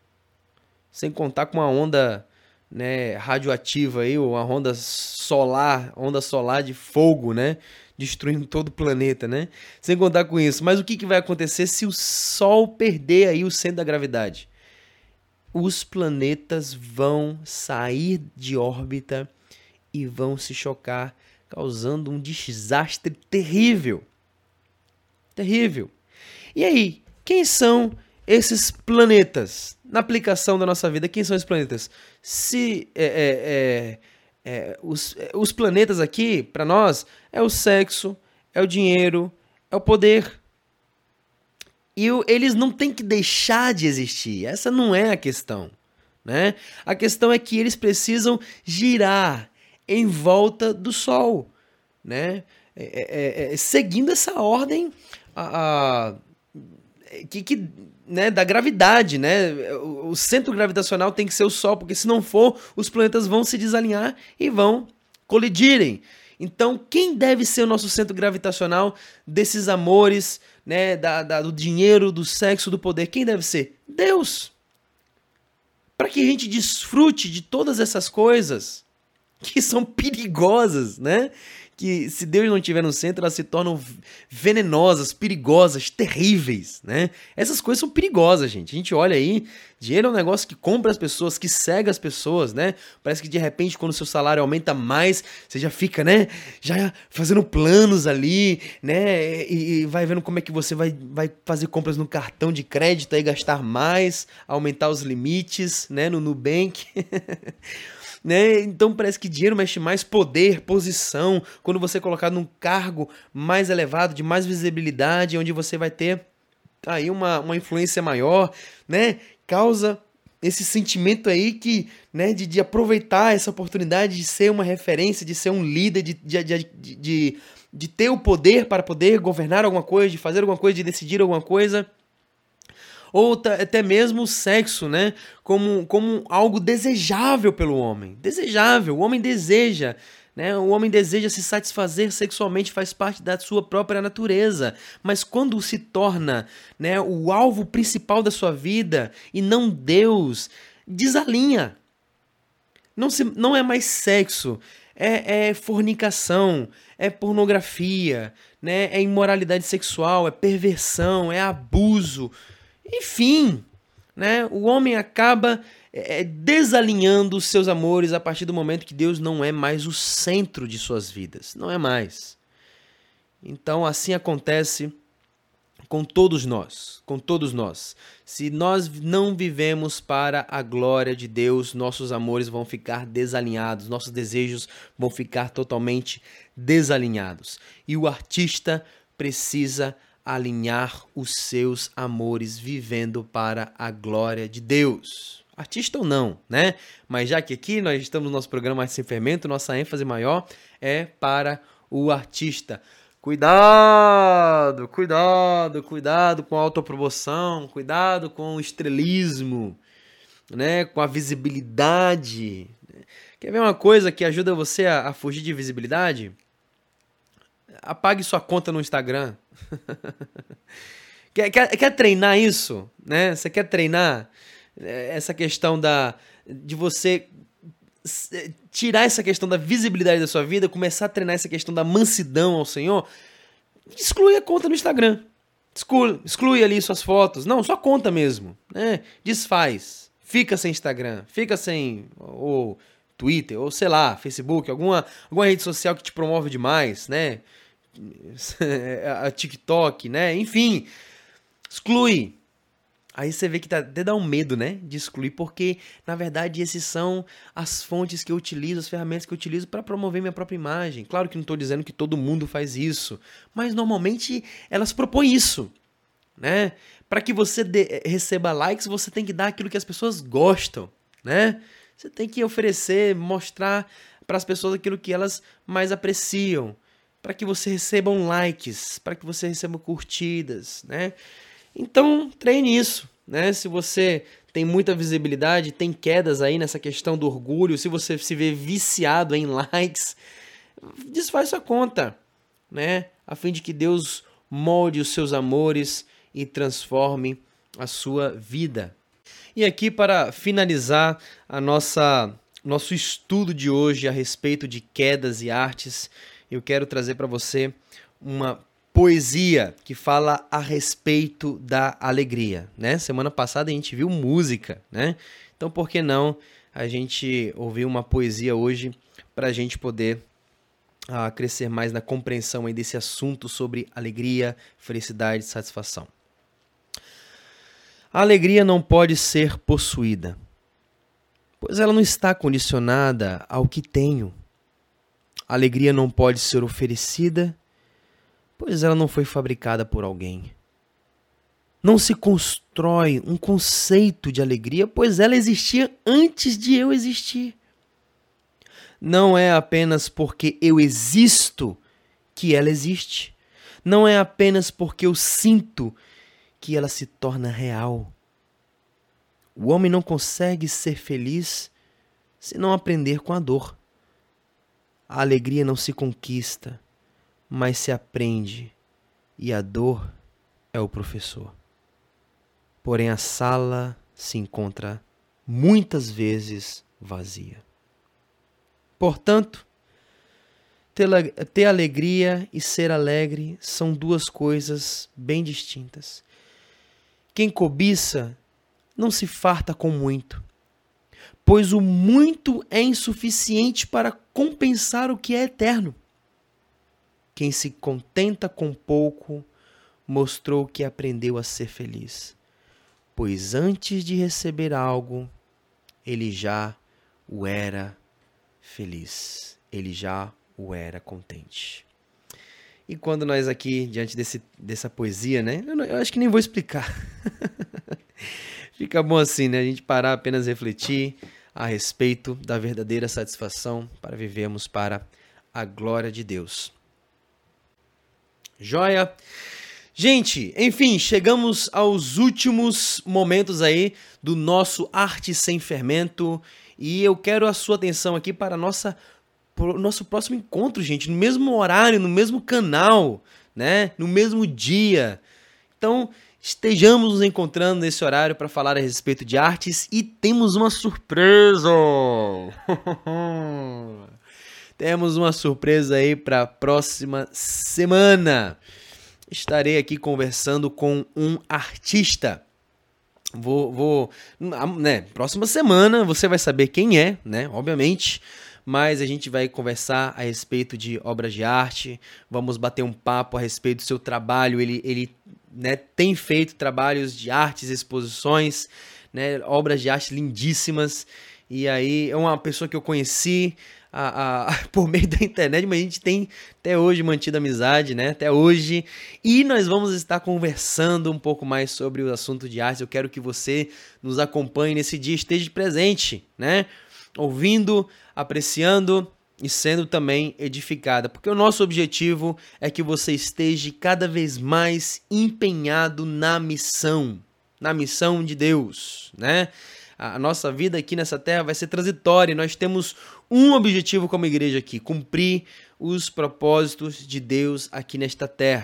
Sem contar com uma onda, né, radioativa aí, ou uma onda solar, onda solar de fogo, né? Destruindo todo o planeta, né? Sem contar com isso. Mas o que, que vai acontecer se o Sol perder aí o centro da gravidade? Os planetas vão sair de órbita e vão se chocar, causando um desastre terrível. Terrível. E aí, quem são esses planetas? Na aplicação da nossa vida, quem são esses planetas? Se... É, é, é, É, os, os planetas aqui, para nós, é o sexo, é o dinheiro, é o poder. E o, eles não têm que deixar de existir. Essa não é a questão, né? A questão é que eles precisam girar em volta do Sol, né? É, é, é, seguindo essa ordem a, a, que, que, né, da gravidade, né? O, o centro gravitacional tem que ser o Sol, porque se não for, os planetas vão se desalinhar e vão colidirem. Então, quem deve ser o nosso centro gravitacional desses amores, né, da, da, do dinheiro, do sexo, do poder? Quem deve ser? Deus. Para que a gente desfrute de todas essas coisas que são perigosas, né? Que se Deus não estiver no centro, elas se tornam venenosas, perigosas, terríveis, né? Essas coisas são perigosas, gente. A gente olha aí, dinheiro é um negócio que compra as pessoas, que cega as pessoas, né? Parece que de repente, quando o seu salário aumenta mais, você já fica, né? Já fazendo planos ali, né? E, e vai vendo como é que você vai, vai fazer compras no cartão de crédito e gastar mais, aumentar os limites, né? No Nubank. Né? Então parece que dinheiro mexe mais, poder, posição, quando você é colocado num cargo mais elevado, de mais visibilidade, onde você vai ter aí uma, uma influência maior, né? Causa esse sentimento aí que, né, de, de aproveitar essa oportunidade de ser uma referência, de ser um líder, de, de, de, de, de ter o poder para poder governar alguma coisa, de fazer alguma coisa, de decidir alguma coisa. Ou até mesmo o sexo, né? Como, como algo desejável pelo homem. Desejável, o homem deseja, né? O homem deseja se satisfazer sexualmente, faz parte da sua própria natureza. Mas quando se torna, né, o alvo principal da sua vida e não Deus, desalinha. Não, se, não é mais sexo, é, é fornicação, é pornografia, né? É imoralidade sexual, é perversão, é abuso. Enfim, né? O homem acaba é, desalinhando os seus amores a partir do momento que Deus não é mais o centro de suas vidas. Não é mais. Então, assim acontece com todos nós. Com todos nós. Se nós não vivemos para a glória de Deus, nossos amores vão ficar desalinhados, nossos desejos vão ficar totalmente desalinhados. E o artista precisa alinhar os seus amores vivendo para a glória de Deus. Artista ou não, né? Mas já que aqui nós estamos no nosso programa Arte Sem Fermento, nossa ênfase maior é para o artista. Cuidado, cuidado, cuidado com a autopromoção, cuidado com o estrelismo, né? Com a visibilidade. Quer ver uma coisa que ajuda você a, a fugir de visibilidade? Apague sua conta no Instagram. quer, quer, quer treinar isso? Né? Você quer treinar essa questão da, de você tirar essa questão da visibilidade da sua vida, começar a treinar essa questão da mansidão ao Senhor, exclui a conta no Instagram. Exclui, exclui ali suas fotos. Não, só conta mesmo, né? Desfaz. Fica sem Instagram, fica sem o Twitter, ou sei lá, Facebook, alguma, alguma rede social que te promove demais, né? A TikTok, né? Enfim, exclui. Aí você vê que tá, até dá um medo, né, de excluir, porque, na verdade, esses são as fontes que eu utilizo, as ferramentas que eu utilizo para promover minha própria imagem. Claro que não estou dizendo que todo mundo faz isso, mas normalmente elas propõem isso, né? Para que você de, receba likes, você tem que dar aquilo que as pessoas gostam, né? Você tem que oferecer, mostrar para as pessoas aquilo que elas mais apreciam, para que você receba likes, para que você receba curtidas, né? Então, treine isso, né? Se você tem muita visibilidade, tem quedas aí nessa questão do orgulho, se você se vê viciado em likes, desfaz sua conta, né? A fim de que Deus molde os seus amores e transforme a sua vida. E aqui, para finalizar a nossa nosso estudo de hoje a respeito de quedas e artes, eu quero trazer para você uma poesia que fala a respeito da alegria, né? Semana passada a gente viu música, né? Então, por que não a gente ouvir uma poesia hoje para a gente poder uh, crescer mais na compreensão aí desse assunto sobre alegria, felicidade e satisfação. A alegria não pode ser possuída, pois ela não está condicionada ao que tenho. A alegria não pode ser oferecida, pois ela não foi fabricada por alguém. Não se constrói um conceito de alegria, pois ela existia antes de eu existir. Não é apenas porque eu existo que ela existe. Não é apenas porque eu sinto que ela se torna real. O homem não consegue ser feliz se não aprender com a dor. A alegria não se conquista, mas se aprende, e a dor é o professor. Porém, a sala se encontra muitas vezes vazia. Portanto, ter alegria e ser alegre são duas coisas bem distintas. Quem cobiça não se farta com muito, pois o muito é insuficiente para compensar o que é eterno. Quem se contenta com pouco mostrou que aprendeu a ser feliz, pois antes de receber algo, ele já o era feliz, ele já o era contente. E quando nós aqui, diante desse, dessa poesia, né, eu, não, eu acho que nem vou explicar. Fica bom assim, né, a gente parar apenas refletir a respeito da verdadeira satisfação para vivermos para a glória de Deus. Joia? Gente, enfim, chegamos aos últimos momentos aí do nosso Arte Sem Fermento e eu quero a sua atenção aqui para a nossa, para o nosso próximo encontro, gente, no mesmo horário, no mesmo canal, né? No mesmo dia. Então, estejamos nos encontrando nesse horário para falar a respeito de artes e temos uma surpresa! Temos uma surpresa aí para a próxima semana. Estarei aqui conversando com um artista. Vou, vou, né? Próxima semana você vai saber quem é, né? Obviamente. Mas a gente vai conversar a respeito de obras de arte. Vamos bater um papo a respeito do seu trabalho. Ele, ele né, tem feito trabalhos de artes, exposições, né? Obras de arte lindíssimas. E aí é uma pessoa que eu conheci A, a, por meio da internet, mas a gente tem até hoje mantido amizade, né? Até hoje. E nós vamos estar conversando um pouco mais sobre o assunto de arte. Eu quero que você nos acompanhe nesse dia, esteja presente, né? Ouvindo, apreciando e sendo também edificada. Porque o nosso objetivo é que você esteja cada vez mais empenhado na missão, na missão de Deus, né? A nossa vida aqui nessa terra vai ser transitória e nós temos um objetivo como igreja aqui, cumprir os propósitos de Deus aqui nesta terra.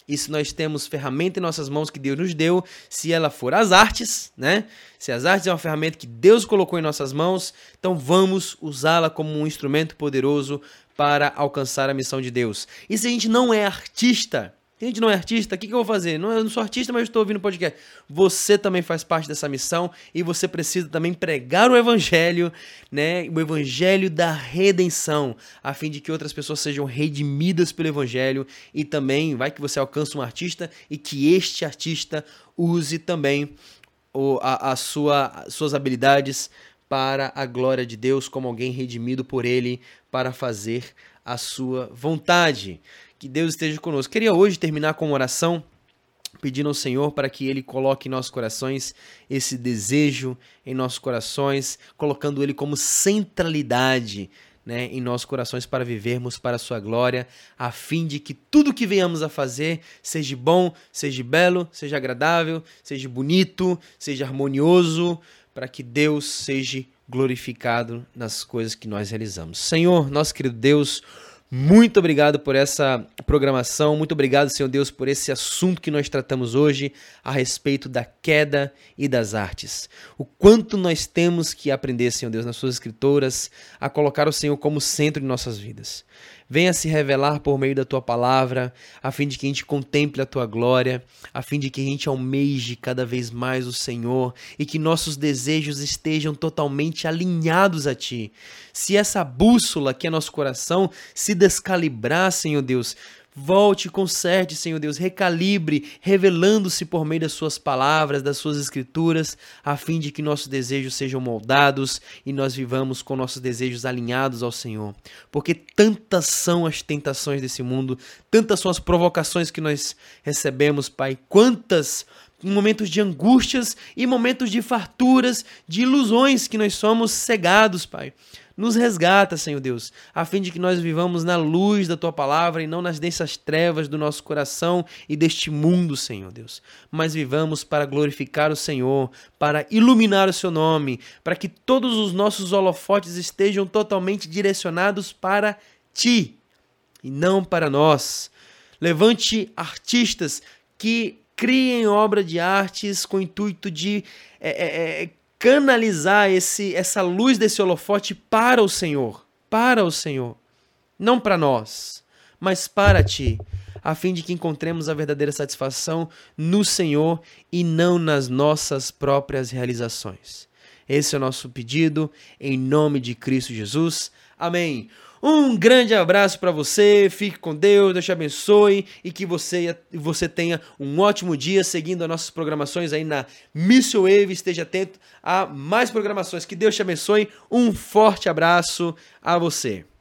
E se nós temos ferramenta em nossas mãos que Deus nos deu, se ela for as artes, né? Se as artes é uma ferramenta que Deus colocou em nossas mãos, então vamos usá-la como um instrumento poderoso para alcançar a missão de Deus. E se a gente não é artista, se a gente não é artista, o que, que eu vou fazer? Não, eu não sou artista, mas estou ouvindo podcast. Você também faz parte dessa missão e você precisa também pregar o evangelho, né? O evangelho da redenção, a fim de que outras pessoas sejam redimidas pelo evangelho e também vai que você alcance um artista e que este artista use também o, a, a sua, suas habilidades para a glória de Deus, como alguém redimido por Ele para fazer a sua vontade. Que Deus esteja conosco. Queria hoje terminar com uma oração, pedindo ao Senhor para que Ele coloque em nossos corações esse desejo em nossos corações, colocando Ele como centralidade, né, em nossos corações para vivermos para a sua glória, a fim de que tudo que venhamos a fazer seja bom, seja belo, seja agradável, seja bonito, seja harmonioso, para que Deus seja glorificado nas coisas que nós realizamos. Senhor, nosso querido Deus, muito obrigado por essa programação, muito obrigado, Senhor Deus, por esse assunto que nós tratamos hoje a respeito da queda e das artes. O quanto nós temos que aprender, Senhor Deus, nas suas escrituras, a colocar o Senhor como centro de nossas vidas. Venha se revelar por meio da Tua palavra, a fim de que a gente contemple a Tua glória, a fim de que a gente almeje cada vez mais o Senhor e que nossos desejos estejam totalmente alinhados a Ti. Se essa bússola que é nosso coração se descalibrar, Senhor Deus, volte, conserte, Senhor Deus, recalibre, revelando-se por meio das suas palavras, das suas escrituras, a fim de que nossos desejos sejam moldados e nós vivamos com nossos desejos alinhados ao Senhor. Porque tantas são as tentações desse mundo, tantas são as provocações que nós recebemos, Pai, quantas momentos de angústias e momentos de farturas, de ilusões que nós somos cegados, Pai. Nos resgata, Senhor Deus, a fim de que nós vivamos na luz da Tua palavra e não nas densas trevas do nosso coração e deste mundo, Senhor Deus. Mas vivamos para glorificar o Senhor, para iluminar o Seu nome, para que todos os nossos holofotes estejam totalmente direcionados para Ti e não para nós. Levante artistas que criem obra de artes com o intuito de é, é, é, canalizar esse, essa luz desse holofote para o Senhor, para o Senhor, não para nós, mas para Ti, a fim de que encontremos a verdadeira satisfação no Senhor e não nas nossas próprias realizações. Esse é o nosso pedido, em nome de Cristo Jesus. Amém. Um grande abraço para você, fique com Deus, Deus te abençoe e que você, você tenha um ótimo dia seguindo as nossas programações aí na Missio Wave. Esteja atento a mais programações. Que Deus te abençoe. Um forte abraço a você.